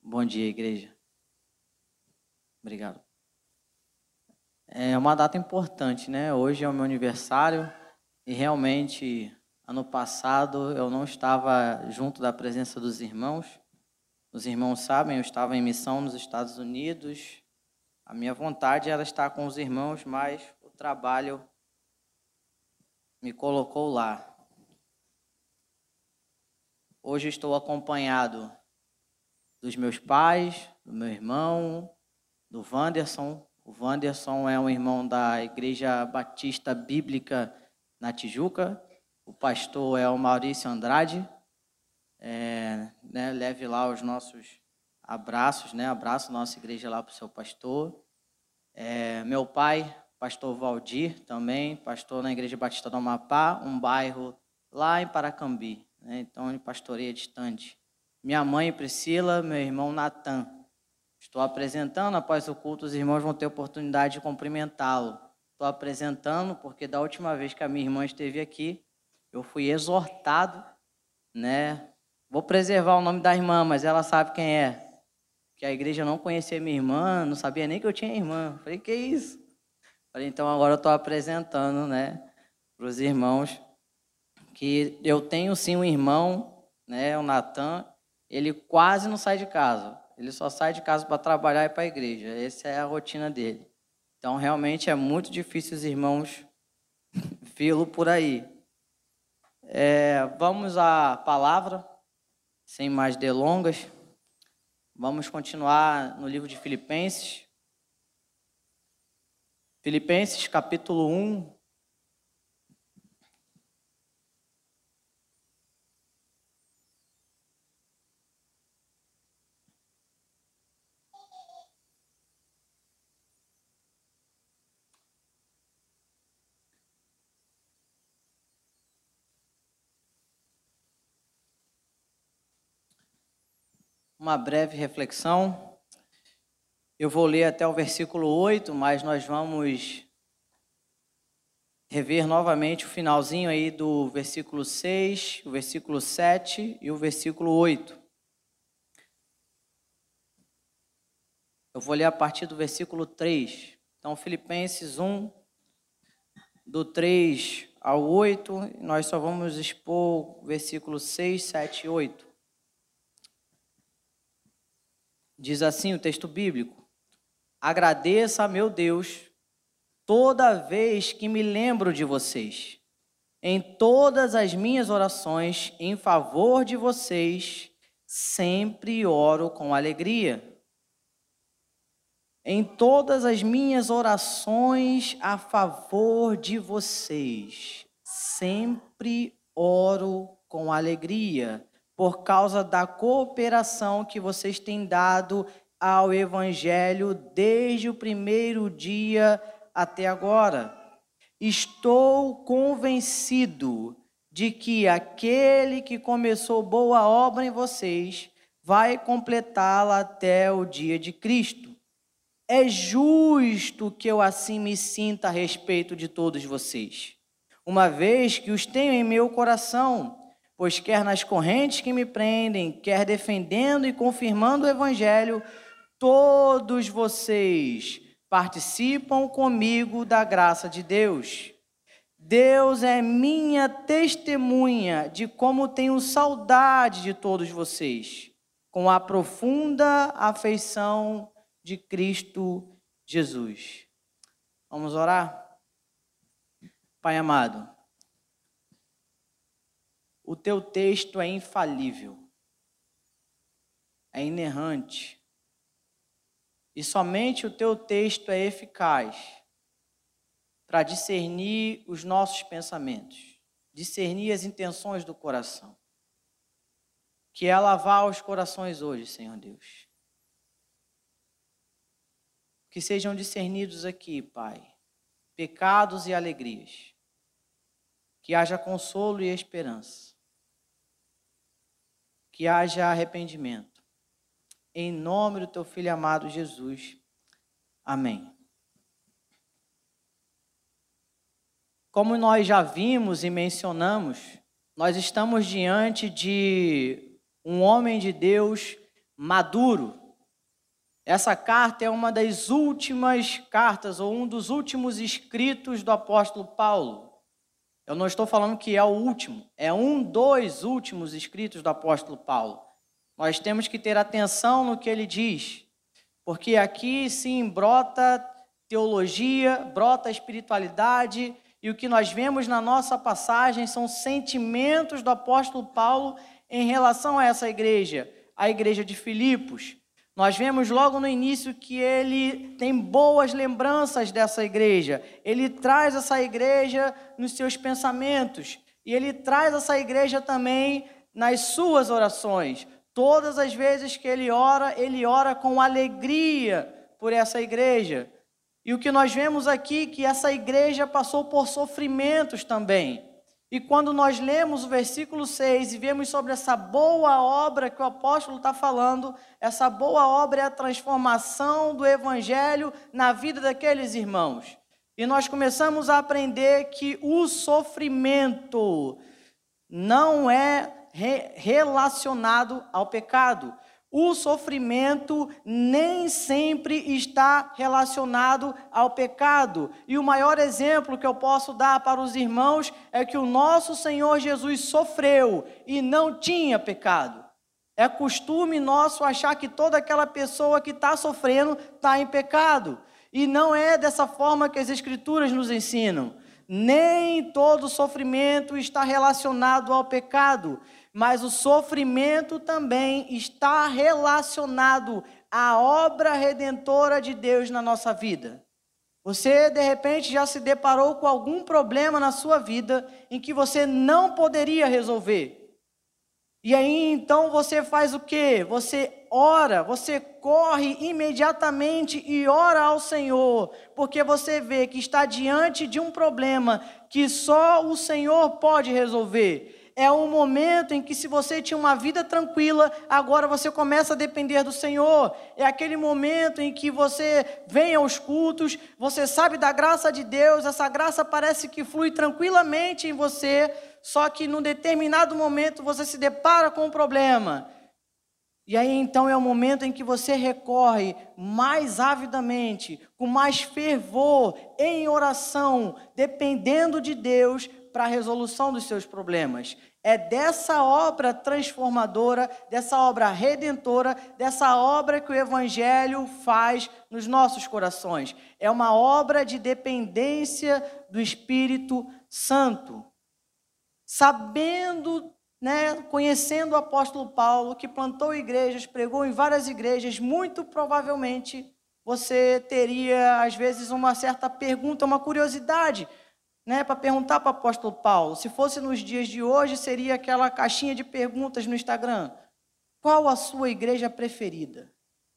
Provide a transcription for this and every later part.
Bom dia, igreja. Obrigado. É uma data importante, né? Hoje é o meu aniversário e realmente, ano passado, eu não estava junto da presença dos irmãos. Os irmãos sabem, eu estava em missão nos Estados Unidos. A minha vontade era estar com os irmãos, mas o trabalho me colocou lá. Hoje estou acompanhado dos meus pais, do meu irmão, do Wanderson. O Wanderson é um irmão da Igreja Batista Bíblica na Tijuca. O pastor é o Maurício Andrade. Leve lá os nossos abraços, abraço nossa igreja lá para o seu pastor. Meu pai, pastor Valdir, também, pastor na Igreja Batista do Amapá, um bairro lá em Paracambi, né? Então ele pastoreia distante. Minha mãe Priscila, meu irmão Natan. Estou apresentando, após o culto, os irmãos vão ter oportunidade de cumprimentá-lo. Estou apresentando porque da última vez que a minha irmã esteve aqui, eu fui exortado, né? Vou preservar o nome da irmã, mas ela sabe quem é. Que a igreja não conhecia minha irmã, não sabia nem que eu tinha irmã. Falei, que isso? Falei, então agora eu estou apresentando, né, para os irmãos, que eu tenho sim um irmão, né, o Natan, ele quase não sai de casa. Ele só sai de casa para trabalhar e para a igreja. Essa é a rotina dele. Então, realmente, é muito difícil os irmãos vê-lo por aí. Vamos à palavra, sem mais delongas. Vamos continuar no livro de Filipenses. Filipenses, capítulo 1. Uma breve reflexão. Eu vou ler até o versículo 8, mas nós vamos rever novamente o finalzinho aí do versículo 6, o versículo 7 e o versículo 8. Eu vou ler a partir do versículo 3. Então, Filipenses 1, do 3 ao 8, nós só vamos expor o versículo 6, 7 e 8. Diz assim o texto bíblico: agradeça a meu Deus toda vez que me lembro de vocês. Em todas as minhas orações em favor de vocês, sempre oro com alegria. Em todas as minhas orações a favor de vocês, sempre oro com alegria, por causa da cooperação que vocês têm dado ao Evangelho desde o primeiro dia até agora. Estou convencido de que aquele que começou boa obra em vocês vai completá-la até o dia de Cristo. É justo que eu assim me sinta a respeito de todos vocês, uma vez que os tenho em meu coração, pois quer nas correntes que me prendem, quer defendendo e confirmando o Evangelho, todos vocês participam comigo da graça de Deus. Deus é minha testemunha de como tenho saudade de todos vocês, com a profunda afeição de Cristo Jesus. Vamos orar? Pai amado, o teu texto é infalível, é inerrante, e somente o teu texto é eficaz para discernir os nossos pensamentos, discernir as intenções do coração. Que é lavar os corações hoje, Senhor Deus. Que sejam discernidos aqui, Pai, pecados e alegrias. Que haja consolo e esperança. Que haja arrependimento. Em nome do teu Filho amado Jesus. Amém. Como nós já vimos e mencionamos, nós estamos diante de um homem de Deus maduro. Essa carta é uma das últimas cartas, ou um dos últimos escritos do apóstolo Paulo. Eu não estou falando que é o último, é um dos últimos escritos do apóstolo Paulo. Nós temos que ter atenção no que ele diz, porque aqui sim brota teologia, brota espiritualidade, e o que nós vemos na nossa passagem são sentimentos do apóstolo Paulo em relação a essa igreja, a igreja de Filipos. Nós vemos logo no início que ele tem boas lembranças dessa igreja. Ele traz essa igreja nos seus pensamentos. E ele traz essa igreja também nas suas orações. Todas as vezes que ele ora com alegria por essa igreja. E o que nós vemos aqui é que essa igreja passou por sofrimentos também. E quando nós lemos o versículo 6 e vemos sobre essa boa obra que o apóstolo está falando, essa boa obra é a transformação do evangelho na vida daqueles irmãos. E nós começamos a aprender que o sofrimento não é relacionado ao pecado. O sofrimento nem sempre está relacionado ao pecado. E o maior exemplo que eu posso dar para os irmãos é que o nosso Senhor Jesus sofreu e não tinha pecado. É costume nosso achar que toda aquela pessoa que está sofrendo está em pecado. E não é dessa forma que as Escrituras nos ensinam. Nem todo sofrimento está relacionado ao pecado, mas o sofrimento também está relacionado à obra redentora de Deus na nossa vida. Você, de repente, já se deparou com algum problema na sua vida em que você não poderia resolver. E aí, então, você faz o quê? Você ora, você corre imediatamente e ora ao Senhor, porque você vê que está diante de um problema que só o Senhor pode resolver. É um momento em que, se você tinha uma vida tranquila, agora você começa a depender do Senhor. É aquele momento em que você vem aos cultos, você sabe da graça de Deus, essa graça parece que flui tranquilamente em você, só que num determinado momento você se depara com um problema. E aí então é o momento em que você recorre mais avidamente, com mais fervor, em oração, dependendo de Deus, para a resolução dos seus problemas. É dessa obra transformadora, dessa obra redentora, dessa obra que o Evangelho faz nos nossos corações. É uma obra de dependência do Espírito Santo. Sabendo, conhecendo o apóstolo Paulo, que plantou igrejas, pregou em várias igrejas, muito provavelmente você teria, às vezes, uma certa pergunta, uma curiosidade, para perguntar para o apóstolo Paulo. Se fosse nos dias de hoje, seria aquela caixinha de perguntas no Instagram. Qual a sua igreja preferida?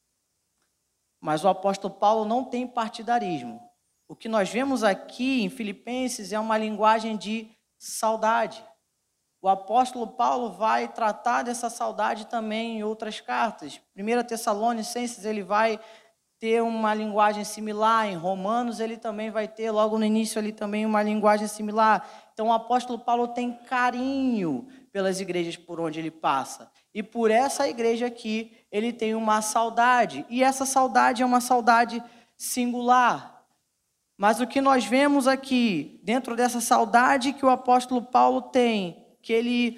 Mas o apóstolo Paulo não tem partidarismo. O que nós vemos aqui em Filipenses é uma linguagem de saudade. O apóstolo Paulo vai tratar dessa saudade também em outras cartas. 1 Tessalonicenses, ele vai ter uma linguagem similar. Em Romanos, ele também vai ter, logo no início, ali também uma linguagem similar. Então, o apóstolo Paulo tem carinho pelas igrejas por onde ele passa. E por essa igreja aqui, ele tem uma saudade. E essa saudade é uma saudade singular. Mas o que nós vemos aqui, dentro dessa saudade que o apóstolo Paulo tem, que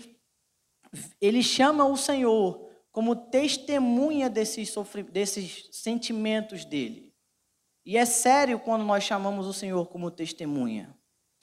ele chama o Senhor como testemunha desses sentimentos dele. E é sério quando nós chamamos o Senhor como testemunha.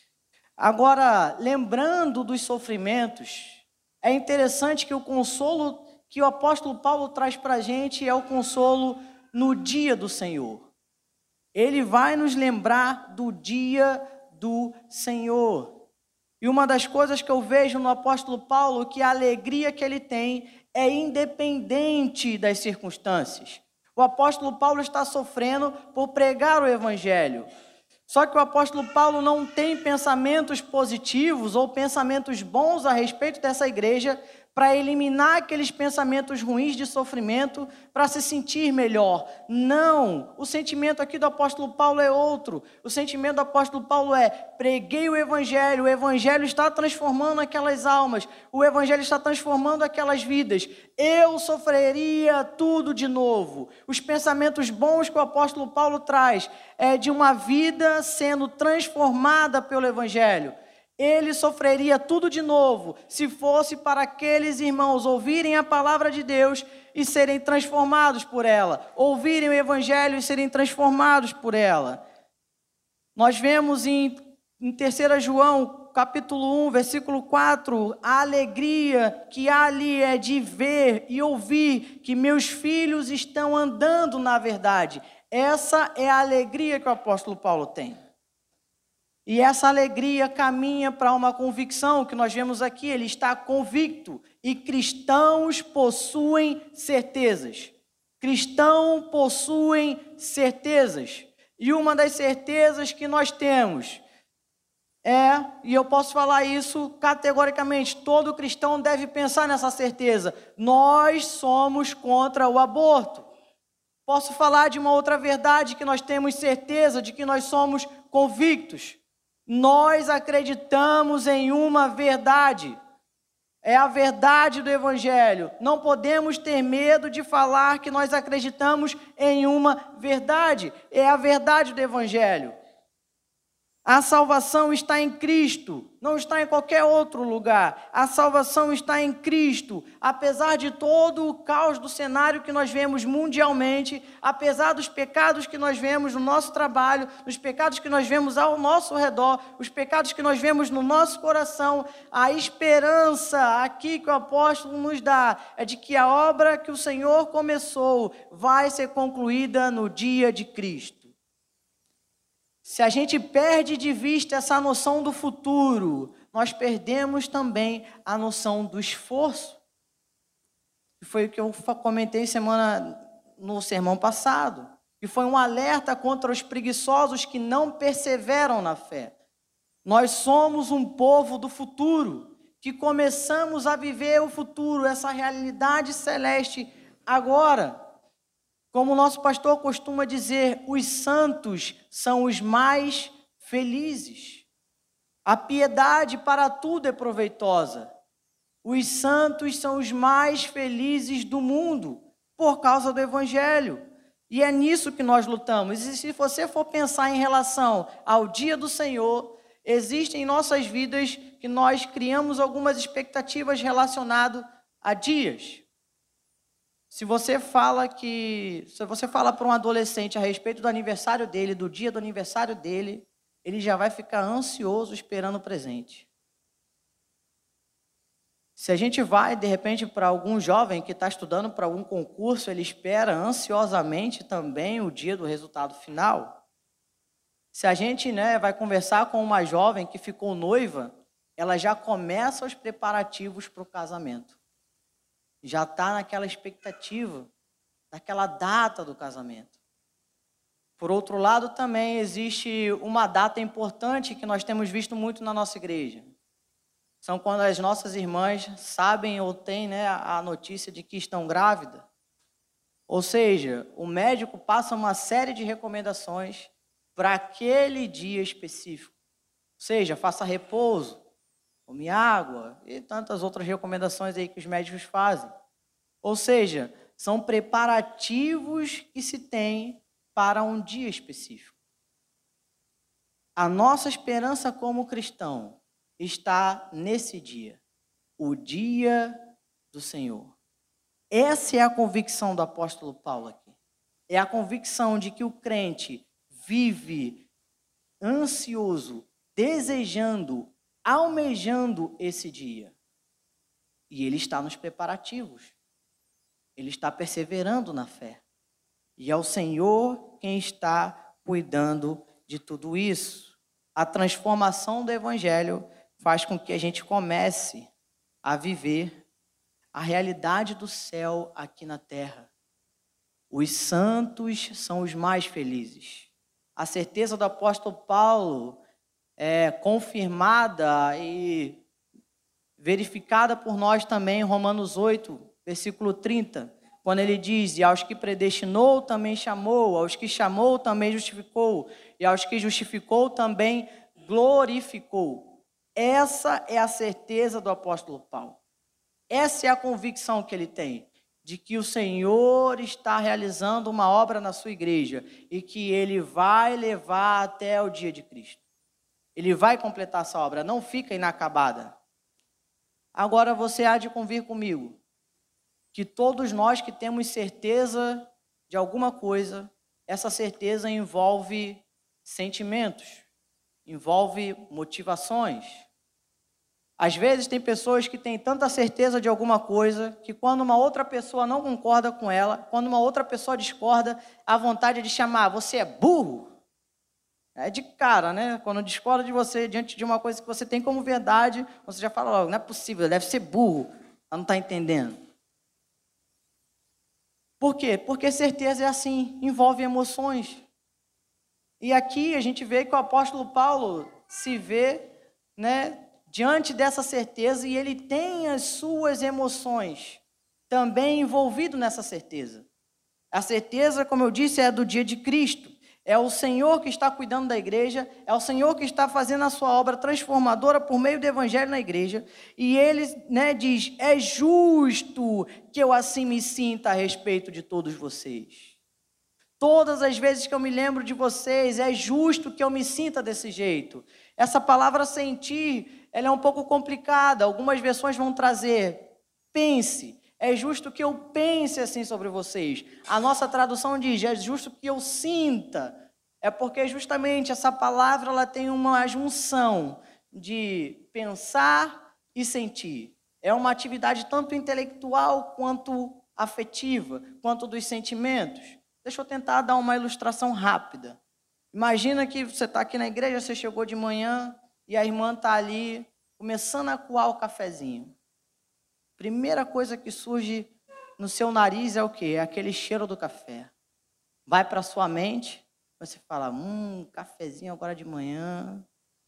Agora, lembrando dos sofrimentos, é interessante que o consolo que o apóstolo Paulo traz para a gente é o consolo no dia do Senhor. Ele vai nos lembrar do dia do Senhor. E uma das coisas que eu vejo no apóstolo Paulo, que a alegria que ele tem é independente das circunstâncias. O apóstolo Paulo está sofrendo por pregar o evangelho. Só que o apóstolo Paulo não tem pensamentos positivos ou pensamentos bons a respeito dessa igreja para eliminar aqueles pensamentos ruins de sofrimento, para se sentir melhor. Não, o sentimento aqui do apóstolo Paulo é outro. O sentimento do apóstolo Paulo é: preguei o evangelho está transformando aquelas almas, o evangelho está transformando aquelas vidas. Eu sofreria tudo de novo. Os pensamentos bons que o apóstolo Paulo traz é de uma vida sendo transformada pelo evangelho. Ele sofreria tudo de novo se fosse para aqueles irmãos ouvirem a palavra de Deus e serem transformados por ela, ouvirem o evangelho e serem transformados por ela. Nós vemos em 3 João, capítulo 1, versículo 4, a alegria que há ali é de ver e ouvir que meus filhos estão andando na verdade. Essa é a alegria que o apóstolo Paulo tem. E essa alegria caminha para uma convicção que nós vemos aqui, ele está convicto. E cristãos possuem certezas. Cristãos possuem certezas. E uma das certezas que nós temos e eu posso falar isso categoricamente, todo cristão deve pensar nessa certeza: nós somos contra o aborto. Posso falar de uma outra verdade que nós temos certeza, de que nós somos convictos. Nós acreditamos em uma verdade, é a verdade do evangelho. Não podemos ter medo de falar que nós acreditamos em uma verdade, é a verdade do evangelho. A salvação está em Cristo, não está em qualquer outro lugar. A salvação está em Cristo. Apesar de todo o caos do cenário que nós vemos mundialmente, apesar dos pecados que nós vemos no nosso trabalho, dos pecados que nós vemos ao nosso redor, os pecados que nós vemos no nosso coração, a esperança aqui que o apóstolo nos dá é de que a obra que o Senhor começou vai ser concluída no dia de Cristo. Se a gente perde de vista essa noção do futuro, nós perdemos também a noção do esforço. Foi o que eu comentei no sermão passado. E foi um alerta contra os preguiçosos que não perseveram na fé. Nós somos um povo do futuro, que começamos a viver o futuro, essa realidade celeste agora. Como o nosso pastor costuma dizer, os santos são os mais felizes. A piedade para tudo é proveitosa. Os santos são os mais felizes do mundo por causa do evangelho. E é nisso que nós lutamos. E se você for pensar em relação ao dia do Senhor, existem em nossas vidas que nós criamos algumas expectativas relacionadas a dias. Se você fala para um adolescente a respeito do aniversário dele, do dia do aniversário dele, ele já vai ficar ansioso esperando o presente. Se a gente vai, de repente, para algum jovem que está estudando para algum concurso, ele espera ansiosamente também o dia do resultado final. Se a gente vai conversar com uma jovem que ficou noiva, ela já começa os preparativos para o casamento. Já está naquela expectativa, daquela data do casamento. Por outro lado, também existe uma data importante que nós temos visto muito na nossa igreja. São quando as nossas irmãs sabem ou têm a notícia de que estão grávidas. Ou seja, o médico passa uma série de recomendações para aquele dia específico. Ou seja, faça repouso, tome água e tantas outras recomendações aí que os médicos fazem. Ou seja, são preparativos que se tem para um dia específico. A nossa esperança como cristão está nesse dia, o dia do Senhor. Essa é a convicção do apóstolo Paulo aqui. É a convicção de que o crente vive ansioso, desejando, almejando esse dia. E ele está nos preparativos. Ele está perseverando na fé. E é o Senhor quem está cuidando de tudo isso. A transformação do evangelho faz com que a gente comece a viver a realidade do céu aqui na terra. Os santos são os mais felizes. A certeza do apóstolo Paulo é confirmada e verificada por nós também em Romanos 8, versículo 30, quando ele diz: e aos que predestinou também chamou, aos que chamou também justificou, e aos que justificou também glorificou. Essa é a certeza do apóstolo Paulo. Essa é a convicção que ele tem, de que o Senhor está realizando uma obra na sua igreja e que ele vai levar até o dia de Cristo. Ele vai completar essa obra, não fica inacabada. Agora você há de convir comigo que todos nós que temos certeza de alguma coisa, essa certeza envolve sentimentos, envolve motivações. Às vezes tem pessoas que têm tanta certeza de alguma coisa que quando uma outra pessoa não concorda com ela, quando uma outra pessoa discorda, a vontade de chamar: você é burro. É de cara, né? Quando discorda de você diante de uma coisa que você tem como verdade, você já fala logo: não é possível, deve ser burro, ela não está entendendo. Por quê? Porque certeza é assim, envolve emoções. E aqui a gente vê que o apóstolo Paulo se vê, né, diante dessa certeza, e ele tem as suas emoções também envolvido nessa certeza. A certeza, como eu disse, é do dia de Cristo. É o Senhor que está cuidando da igreja, é o Senhor que está fazendo a sua obra transformadora por meio do evangelho na igreja. E ele, né, diz: é justo que eu assim me sinta a respeito de todos vocês. Todas as vezes que eu me lembro de vocês, é justo que eu me sinta desse jeito. Essa palavra sentir, ela é um pouco complicada. Algumas versões vão trazer pense. É justo que eu pense assim sobre vocês. A nossa tradução diz: é justo que eu sinta. É porque justamente essa palavra ela tem uma junção de pensar e sentir. É uma atividade tanto intelectual quanto afetiva, quanto dos sentimentos. Deixa eu tentar dar uma ilustração rápida. Imagina que você está aqui na igreja, você chegou de manhã e a irmã está ali começando a coar o cafezinho. Primeira coisa que surge no seu nariz é o quê? É aquele cheiro do café. Vai para a sua mente, você fala: cafezinho agora de manhã.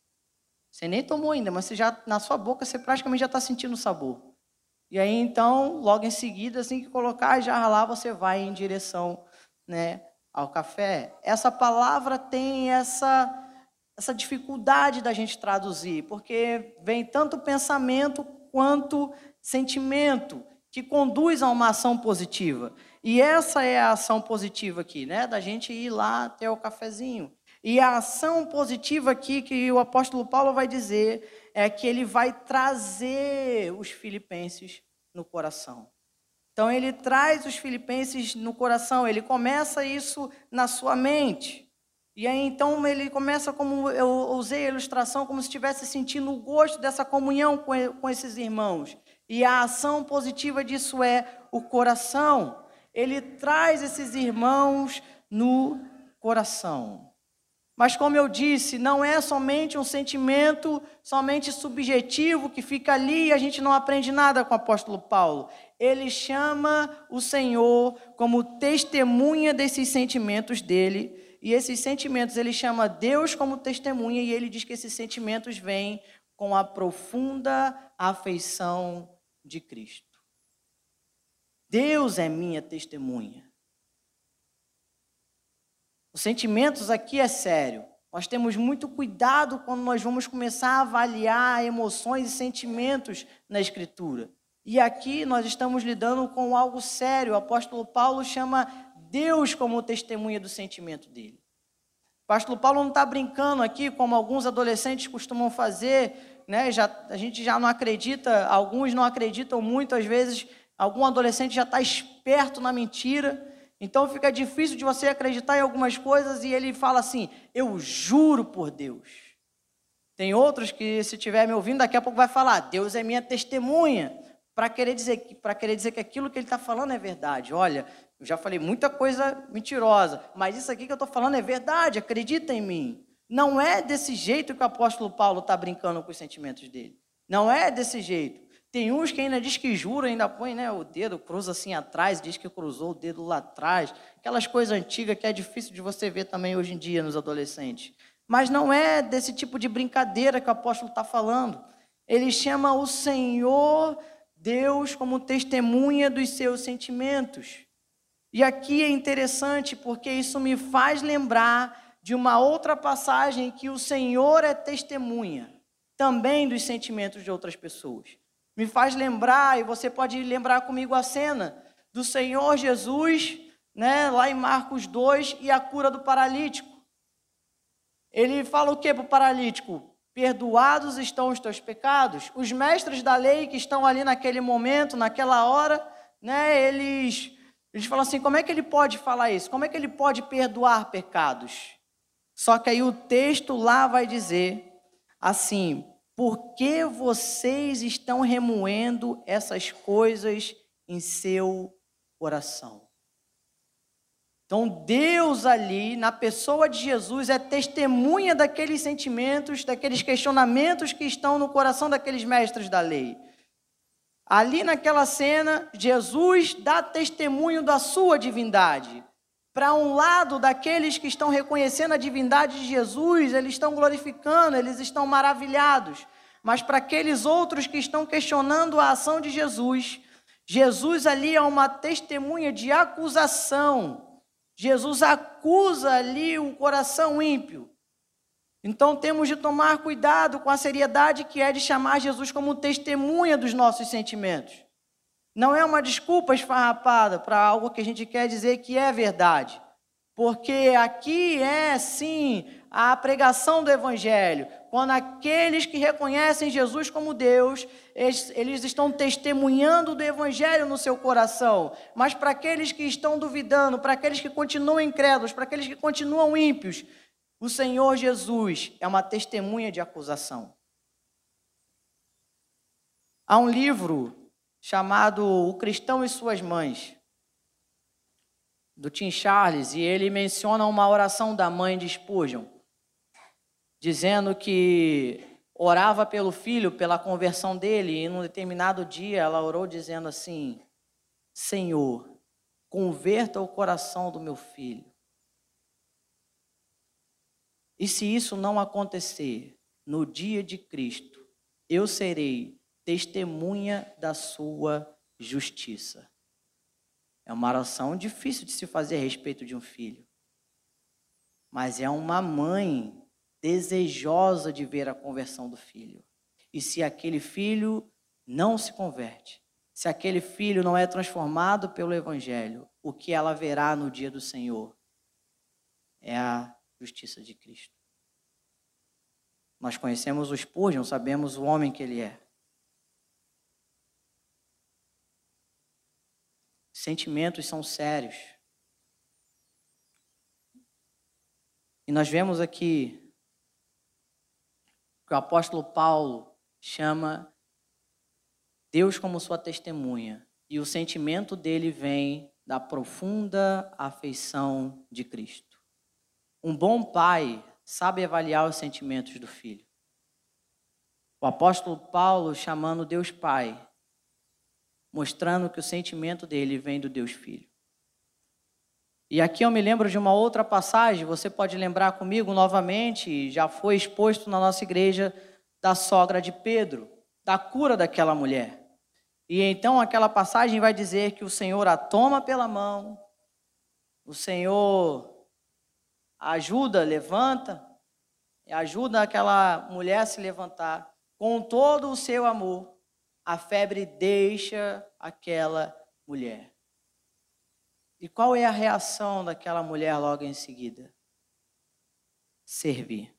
Você nem tomou ainda, mas você já, na sua boca você praticamente já está sentindo o sabor. E aí então, logo em seguida, assim que colocar a jarra lá, você vai em direção, né, ao café. Essa palavra tem essa dificuldade da gente traduzir, porque vem tanto pensamento quanto sentimento que conduz a uma ação positiva. E essa é a ação positiva aqui, né, da gente ir lá até o cafezinho. E a ação positiva aqui que o apóstolo Paulo vai dizer é que ele vai trazer os filipenses no coração. Então ele traz os filipenses no coração, ele começa isso na sua mente. E aí então ele começa, como eu usei a ilustração, como se estivesse sentindo o gosto dessa comunhão com esses irmãos. E a ação positiva disso é o coração. Ele traz esses irmãos no coração. Mas como eu disse, não é somente um sentimento, somente subjetivo, que fica ali e a gente não aprende nada com o apóstolo Paulo. Ele chama o Senhor como testemunha desses sentimentos dele. E esses sentimentos, ele chama Deus como testemunha, e ele diz que esses sentimentos vêm com a profunda afeição de Cristo. Deus é minha testemunha. Os sentimentos aqui é sério. Nós temos muito cuidado quando nós vamos começar a avaliar emoções e sentimentos na Escritura. E aqui nós estamos lidando com algo sério. O apóstolo Paulo chama Deus como testemunha do sentimento dele. O apóstolo Paulo não está brincando aqui, como alguns adolescentes costumam fazer, né? A gente já não acredita, alguns não acreditam muito, às vezes algum adolescente já está esperto na mentira. Então fica difícil de você acreditar em algumas coisas e ele fala assim: eu juro por Deus. Tem outros que, se estiver me ouvindo, daqui a pouco vai falar: Deus é minha testemunha, para querer dizer que aquilo que ele está falando é verdade. Olha, eu já falei muita coisa mentirosa, mas isso aqui que eu estou falando é verdade, acredita em mim. Não é desse jeito que o apóstolo Paulo está brincando com os sentimentos dele. Não é desse jeito. Tem uns que ainda diz que jura, ainda põe, né, o dedo, cruza assim atrás, diz que cruzou o dedo lá atrás. Aquelas coisas antigas que é difícil de você ver também hoje em dia nos adolescentes. Mas não é desse tipo de brincadeira que o apóstolo está falando. Ele chama o Senhor Deus como testemunha dos seus sentimentos. E aqui é interessante porque isso me faz lembrar de uma outra passagem que o Senhor é testemunha também dos sentimentos de outras pessoas. Me faz lembrar, e você pode lembrar comigo a cena do Senhor Jesus, né, lá em Marcos 2, e a cura do paralítico. Ele fala o que para o paralítico? Perdoados estão os teus pecados. Os mestres da lei que estão ali naquele momento, naquela hora, né, eles falam assim, como é que ele pode falar isso? Como é que ele pode perdoar pecados? Só que aí o texto lá vai dizer assim, por que vocês estão remoendo essas coisas em seu coração? Então Deus ali, na pessoa de Jesus, é testemunha daqueles sentimentos, daqueles questionamentos que estão no coração daqueles mestres da lei. Ali naquela cena, Jesus dá testemunho da sua divindade. Para um lado daqueles que estão reconhecendo a divindade de Jesus, eles estão glorificando, eles estão maravilhados. Mas para aqueles outros que estão questionando a ação de Jesus, Jesus ali é uma testemunha de acusação. Jesus acusa ali o coração ímpio. Então temos de tomar cuidado com a seriedade que é de chamar Jesus como testemunha dos nossos sentimentos. Não é uma desculpa esfarrapada para algo que a gente quer dizer que é verdade. Porque aqui é, sim, a pregação do Evangelho. Quando aqueles que reconhecem Jesus como Deus, eles estão testemunhando do Evangelho no seu coração. Mas para aqueles que estão duvidando, para aqueles que continuam incrédulos, para aqueles que continuam ímpios, o Senhor Jesus é uma testemunha de acusação. Há um livro chamado O Cristão e Suas Mães, do Tim Charles, e ele menciona uma oração da mãe de Spurgeon, dizendo que orava pelo filho, pela conversão dele, e num determinado dia ela orou dizendo assim, Senhor, converta o coração do meu filho. E se isso não acontecer, no dia de Cristo, eu serei testemunha da sua justiça. É uma oração difícil de se fazer a respeito de um filho. Mas é uma mãe desejosa de ver a conversão do filho. E se aquele filho não se converte, se aquele filho não é transformado pelo Evangelho, o que ela verá no dia do Senhor é a justiça de Cristo. Nós conhecemos o Spurgeon, sabemos o homem que ele é. Sentimentos são sérios. E nós vemos aqui que o apóstolo Paulo chama Deus como sua testemunha. E o sentimento dele vem da profunda afeição de Cristo. Um bom pai sabe avaliar os sentimentos do filho. O apóstolo Paulo chamando Deus Pai, mostrando que o sentimento dele vem do Deus Filho. E aqui eu me lembro de uma outra passagem, você pode lembrar comigo novamente, já foi exposto na nossa igreja, da sogra de Pedro, da cura daquela mulher. E então aquela passagem vai dizer que o Senhor a toma pela mão, o Senhor ajuda, levanta, e ajuda aquela mulher a se levantar. Com todo o seu amor, a febre deixa aquela mulher. E qual é a reação daquela mulher logo em seguida? Servir.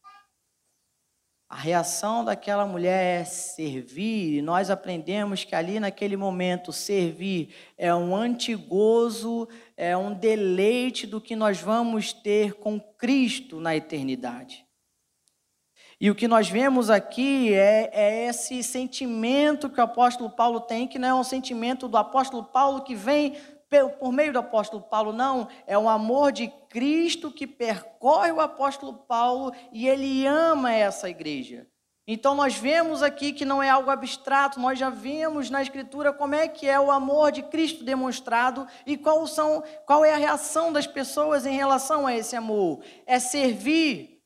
A reação daquela mulher é servir, e nós aprendemos que ali naquele momento servir é um antigozo, é um deleite do que nós vamos ter com Cristo na eternidade. E o que nós vemos aqui é esse sentimento que o apóstolo Paulo tem, que não é um sentimento do apóstolo Paulo que vem por meio do apóstolo Paulo, não, é o amor de Cristo que percorre o apóstolo Paulo e ele ama essa igreja. Então nós vemos aqui que não é algo abstrato, nós já vimos na Escritura como é que é o amor de Cristo demonstrado e qual é a reação das pessoas em relação a esse amor. É servir.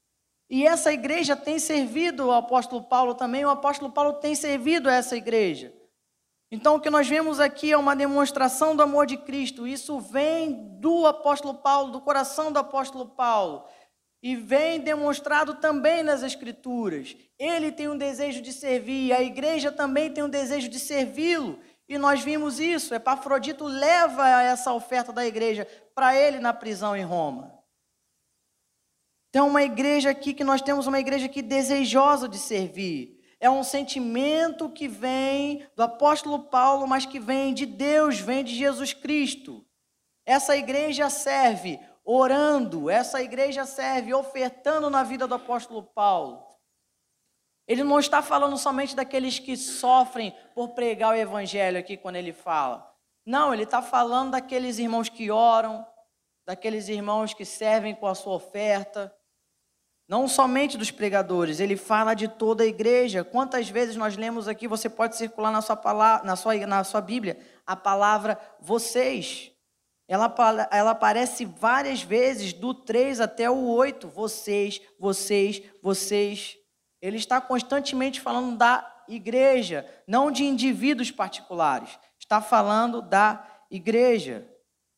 E essa igreja tem servido ao apóstolo Paulo também, o apóstolo Paulo tem servido a essa igreja. Então, o que nós vemos aqui é uma demonstração do amor de Cristo. Isso vem do apóstolo Paulo, do coração do apóstolo Paulo. E vem demonstrado também nas Escrituras. Ele tem um desejo de servir, a igreja também tem um desejo de servi-lo. E nós vimos isso. Epafrodito leva essa oferta da igreja para ele na prisão em Roma. Então, uma igreja aqui, que nós temos uma igreja aqui desejosa de servir. É um sentimento que vem do apóstolo Paulo, mas que vem de Deus, vem de Jesus Cristo. Essa igreja serve orando, essa igreja serve ofertando na vida do apóstolo Paulo. Ele não está falando somente daqueles que sofrem por pregar o evangelho aqui quando ele fala. Não, ele está falando daqueles irmãos que oram, daqueles irmãos que servem com a sua oferta. Não somente dos pregadores, ele fala de toda a igreja. Quantas vezes nós lemos aqui, você pode circular na sua palavra, na sua Bíblia, a palavra vocês. Ela aparece várias vezes, do 3 até o 8. Vocês, vocês, vocês. Ele está constantemente falando da igreja, não de indivíduos particulares. Está falando da igreja.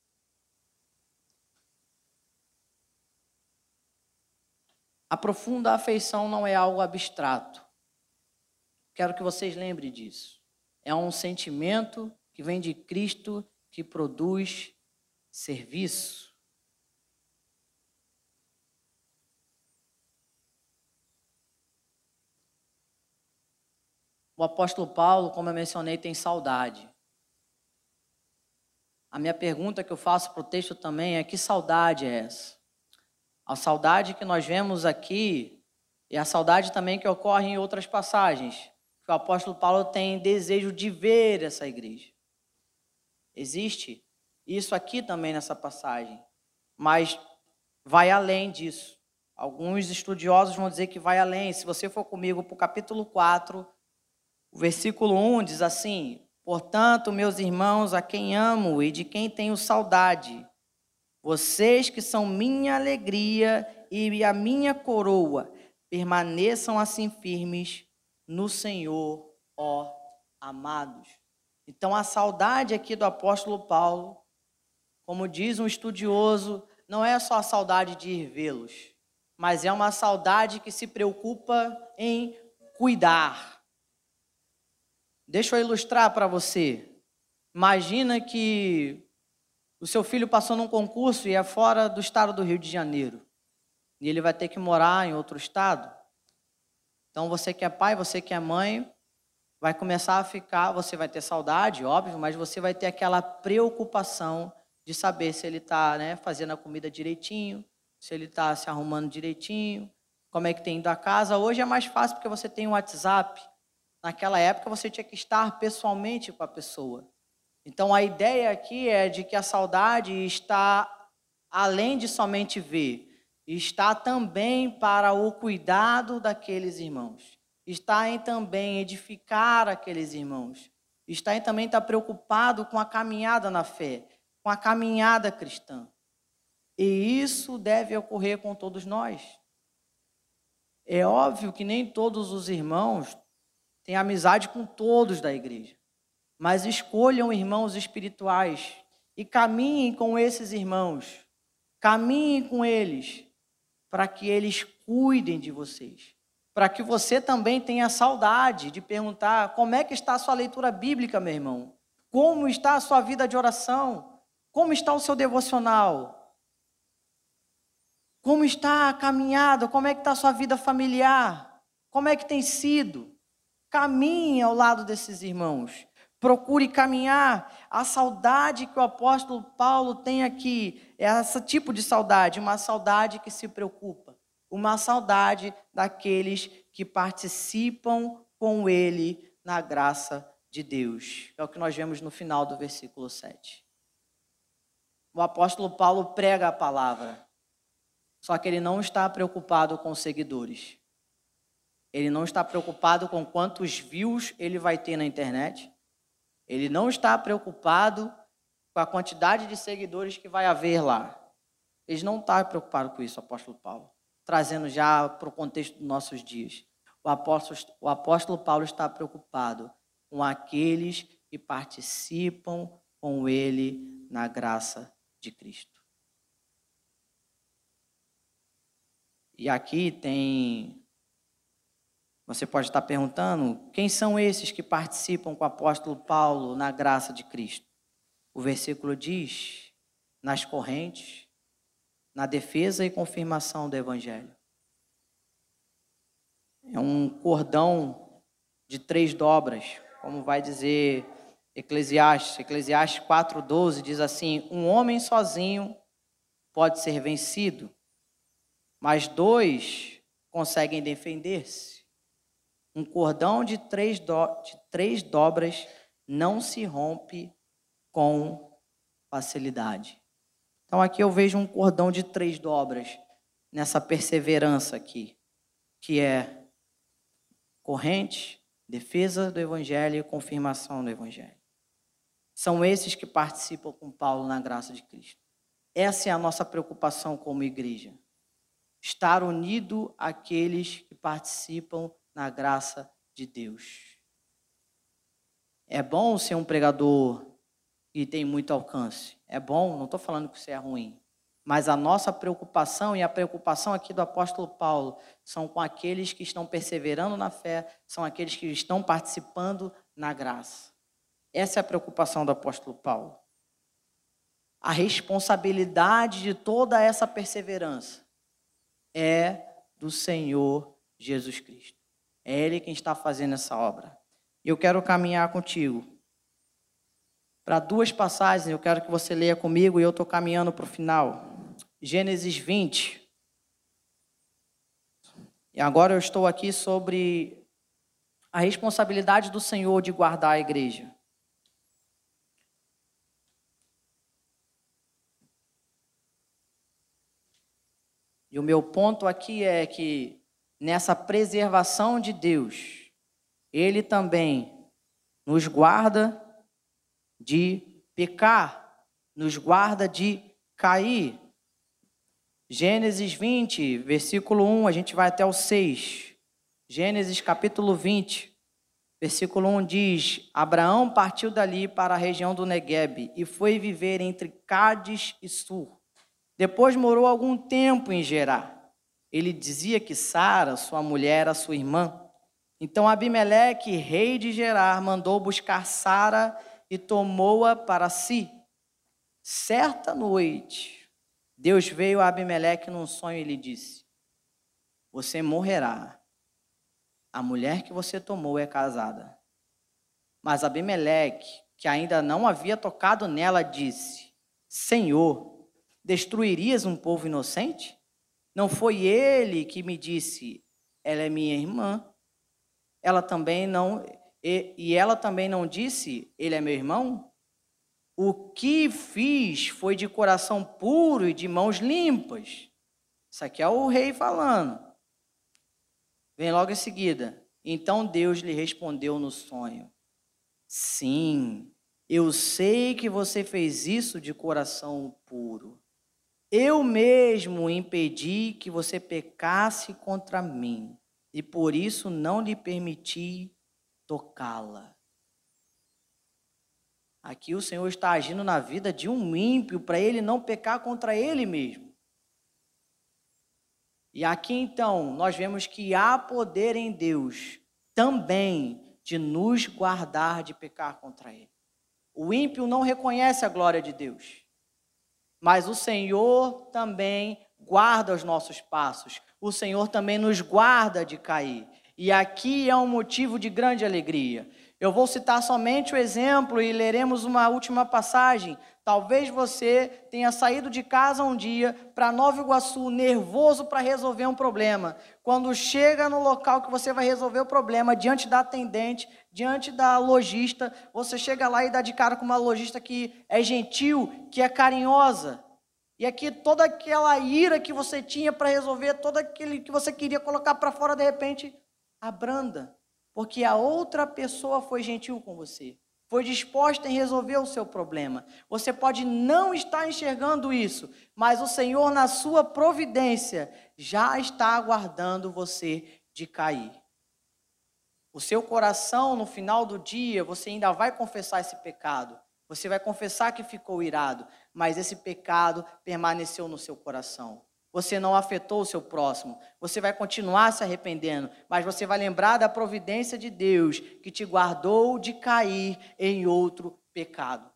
A profunda afeição não é algo abstrato. Quero que vocês lembrem disso. É um sentimento que vem de Cristo, que produz serviço. O apóstolo Paulo, como eu mencionei, tem saudade. A minha pergunta que eu faço para o texto também é: que saudade é essa? A saudade que nós vemos aqui é a saudade também que ocorre em outras passagens, que o apóstolo Paulo tem desejo de ver essa igreja. Existe isso aqui também nessa passagem, mas vai além disso. Alguns estudiosos vão dizer que vai além. Se você for comigo para o capítulo 4, o versículo 1 diz assim: portanto, meus irmãos, a quem amo e de quem tenho saudade, vocês que são minha alegria e a minha coroa, permaneçam assim firmes no Senhor, ó amados. Então, a saudade aqui do apóstolo Paulo, como diz um estudioso, não é só a saudade de ir vê-los, mas é uma saudade que se preocupa em cuidar. Deixa eu ilustrar para você. Imagina que o seu filho passou num concurso e é fora do estado do Rio de Janeiro. E ele vai ter que morar em outro estado. Então, você que é pai, você que é mãe, vai começar a ficar, você vai ter saudade, óbvio, mas você vai ter aquela preocupação de saber se ele está, fazendo a comida direitinho, se ele está se arrumando direitinho, como é que tem ido a casa. Hoje é mais fácil porque você tem um WhatsApp. Naquela época, você tinha que estar pessoalmente com a pessoa. Então, a ideia aqui é de que a saudade está além de somente ver, está também para o cuidado daqueles irmãos, está em também edificar aqueles irmãos, está em também estar preocupado com a caminhada na fé, com a caminhada cristã. E isso deve ocorrer com todos nós. É óbvio que nem todos os irmãos têm amizade com todos da igreja. Mas escolham irmãos espirituais e caminhem com esses irmãos. Caminhem com eles para que eles cuidem de vocês. Para que você também tenha saudade de perguntar: como é que está a sua leitura bíblica, meu irmão? Como está a sua vida de oração? Como está o seu devocional? Como está a caminhada? Como é que está a sua vida familiar? Como é que tem sido? Caminhe ao lado desses irmãos. Procure caminhar. A saudade que o apóstolo Paulo tem aqui é esse tipo de saudade, uma saudade que se preocupa, uma saudade daqueles que participam com ele na graça de Deus. É o que nós vemos no final do versículo 7. O apóstolo Paulo prega a palavra, só que ele não está preocupado com os seguidores. Ele não está preocupado com quantos views ele vai ter na internet. Ele não está preocupado com a quantidade de seguidores que vai haver lá. Ele não está preocupado com isso, o apóstolo Paulo. trazendo já para o contexto dos nossos dias. O apóstolo Paulo está preocupado com aqueles que participam com ele na graça de Cristo. E aqui você pode estar perguntando, quem são esses que participam com o apóstolo Paulo na graça de Cristo? O versículo diz, nas correntes, na defesa e confirmação do Evangelho. É um cordão de 3 dobras, como vai dizer Eclesiastes. Eclesiastes 4:12 diz assim, um homem sozinho pode ser vencido, mas 2 conseguem defender-se. Um cordão de 3 dobras não se rompe com facilidade. Então aqui eu vejo um cordão de 3 dobras nessa perseverança aqui, que é corrente, defesa do Evangelho e confirmação do Evangelho. São esses que participam com Paulo na graça de Cristo. Essa é a nossa preocupação como igreja. Estar unido àqueles que participam na graça de Deus. É bom ser um pregador que tem muito alcance. É bom, não estou falando que isso é ruim. Mas a nossa preocupação e a preocupação aqui do apóstolo Paulo são com aqueles que estão perseverando na fé, são aqueles que estão participando na graça. Essa é a preocupação do apóstolo Paulo. A responsabilidade de toda essa perseverança é do Senhor Jesus Cristo. É Ele quem está fazendo essa obra. Eu quero caminhar contigo para 2 passagens, eu quero que você leia comigo e eu estou caminhando para o final. Gênesis 20. E agora eu estou aqui sobre a responsabilidade do Senhor de guardar a igreja. E o meu ponto aqui é que nessa preservação de Deus, Ele também nos guarda de pecar, nos guarda de cair. Gênesis 20, versículo 1, a gente vai até o 6. Gênesis capítulo 20, versículo 1 diz, Abraão partiu dali para a região do Neguebe e foi viver entre Cádiz e Sur. Depois morou algum tempo em Gerar. Ele dizia que Sara, sua mulher, era sua irmã. Então Abimeleque, rei de Gerar, mandou buscar Sara e tomou-a para si. Certa noite, Deus veio a Abimeleque num sonho e lhe disse, você morrerá. A mulher que você tomou é casada. Mas Abimeleque, que ainda não havia tocado nela, disse, Senhor, destruirias um povo inocente? Não foi ele que me disse, ela é minha irmã. Ela também não disse, ele é meu irmão? O que fiz foi de coração puro e de mãos limpas. Isso aqui é o rei falando. Vem logo em seguida. Então Deus lhe respondeu no sonho. Sim, eu sei que você fez isso de coração puro. Eu mesmo impedi que você pecasse contra mim. E por isso não lhe permiti tocá-la. Aqui o Senhor está agindo na vida de um ímpio para ele não pecar contra ele mesmo. E aqui então nós vemos que há poder em Deus também de nos guardar de pecar contra ele. O ímpio não reconhece a glória de Deus, mas o Senhor também guarda os nossos passos. O Senhor também nos guarda de cair. E aqui é um motivo de grande alegria. Eu vou citar somente o exemplo e leremos uma última passagem. Talvez você tenha saído de casa um dia para Nova Iguaçu, nervoso para resolver um problema. Quando chega no local que você vai resolver o problema, diante da atendente, diante da lojista, você chega lá e dá de cara com uma lojista que é gentil, que é carinhosa. E aqui toda aquela ira que você tinha para resolver, todo aquele que você queria colocar para fora, de repente, abranda. Porque a outra pessoa foi gentil com você. foi disposta em resolver o seu problema. Você pode não estar enxergando isso, mas o Senhor, na sua providência, já está aguardando você de cair. O seu coração, no final do dia, você ainda vai confessar esse pecado. Você vai confessar que ficou irado, mas esse pecado permaneceu no seu coração. Você não afetou o seu próximo. Você vai continuar se arrependendo, mas você vai lembrar da providência de Deus que te guardou de cair em outro pecado.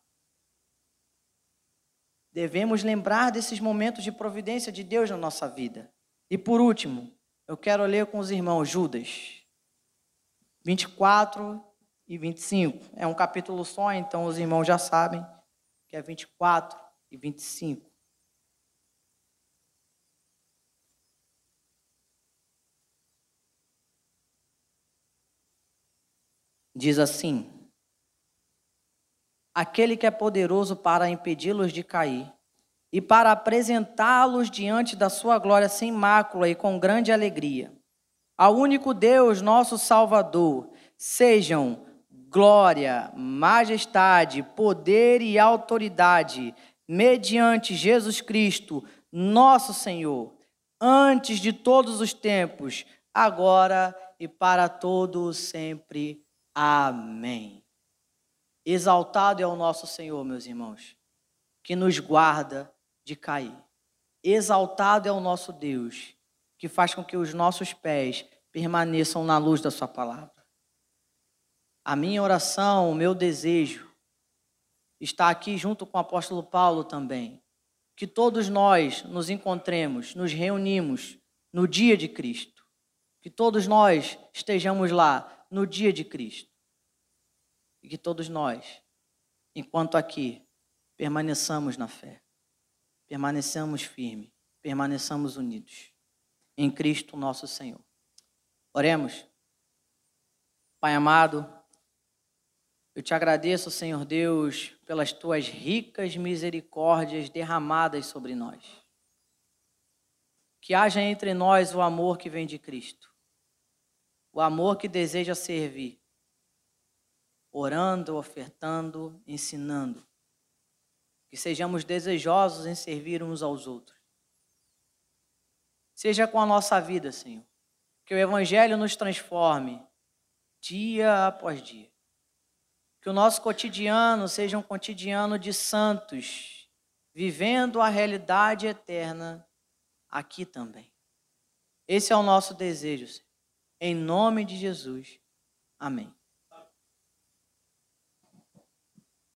Devemos lembrar desses momentos de providência de Deus na nossa vida. E por último, eu quero ler com os irmãos Judas 24 e 25. É um capítulo só, então os irmãos já sabem que é 24 e 25. Diz assim: aquele que é poderoso para impedi-los de cair e para apresentá-los diante da sua glória sem mácula e com grande alegria. Ao único Deus, nosso Salvador, sejam glória, majestade, poder e autoridade, mediante Jesus Cristo, nosso Senhor, antes de todos os tempos, agora e para todos sempre. Amém. Exaltado é o nosso Senhor, meus irmãos, que nos guarda de cair. Exaltado é o nosso Deus, que faz com que os nossos pés permaneçam na luz da sua palavra. A minha oração, o meu desejo, está aqui junto com o apóstolo Paulo também, que todos nós nos encontremos, nos reunimos no dia de Cristo, que todos nós estejamos lá no dia de Cristo, e que todos nós, enquanto aqui, permaneçamos na fé, permaneçamos firmes, permaneçamos unidos em Cristo nosso Senhor. Oremos. Pai amado, eu te agradeço, Senhor Deus, pelas tuas ricas misericórdias derramadas sobre nós. Que haja entre nós o amor que vem de Cristo, o amor que deseja servir, orando, ofertando, ensinando. Que sejamos desejosos em servir uns aos outros. Seja com a nossa vida, Senhor. Que o Evangelho nos transforme dia após dia. Que o nosso cotidiano seja um cotidiano de santos, vivendo a realidade eterna aqui também. Esse é o nosso desejo, Senhor. Em nome de Jesus. Amém.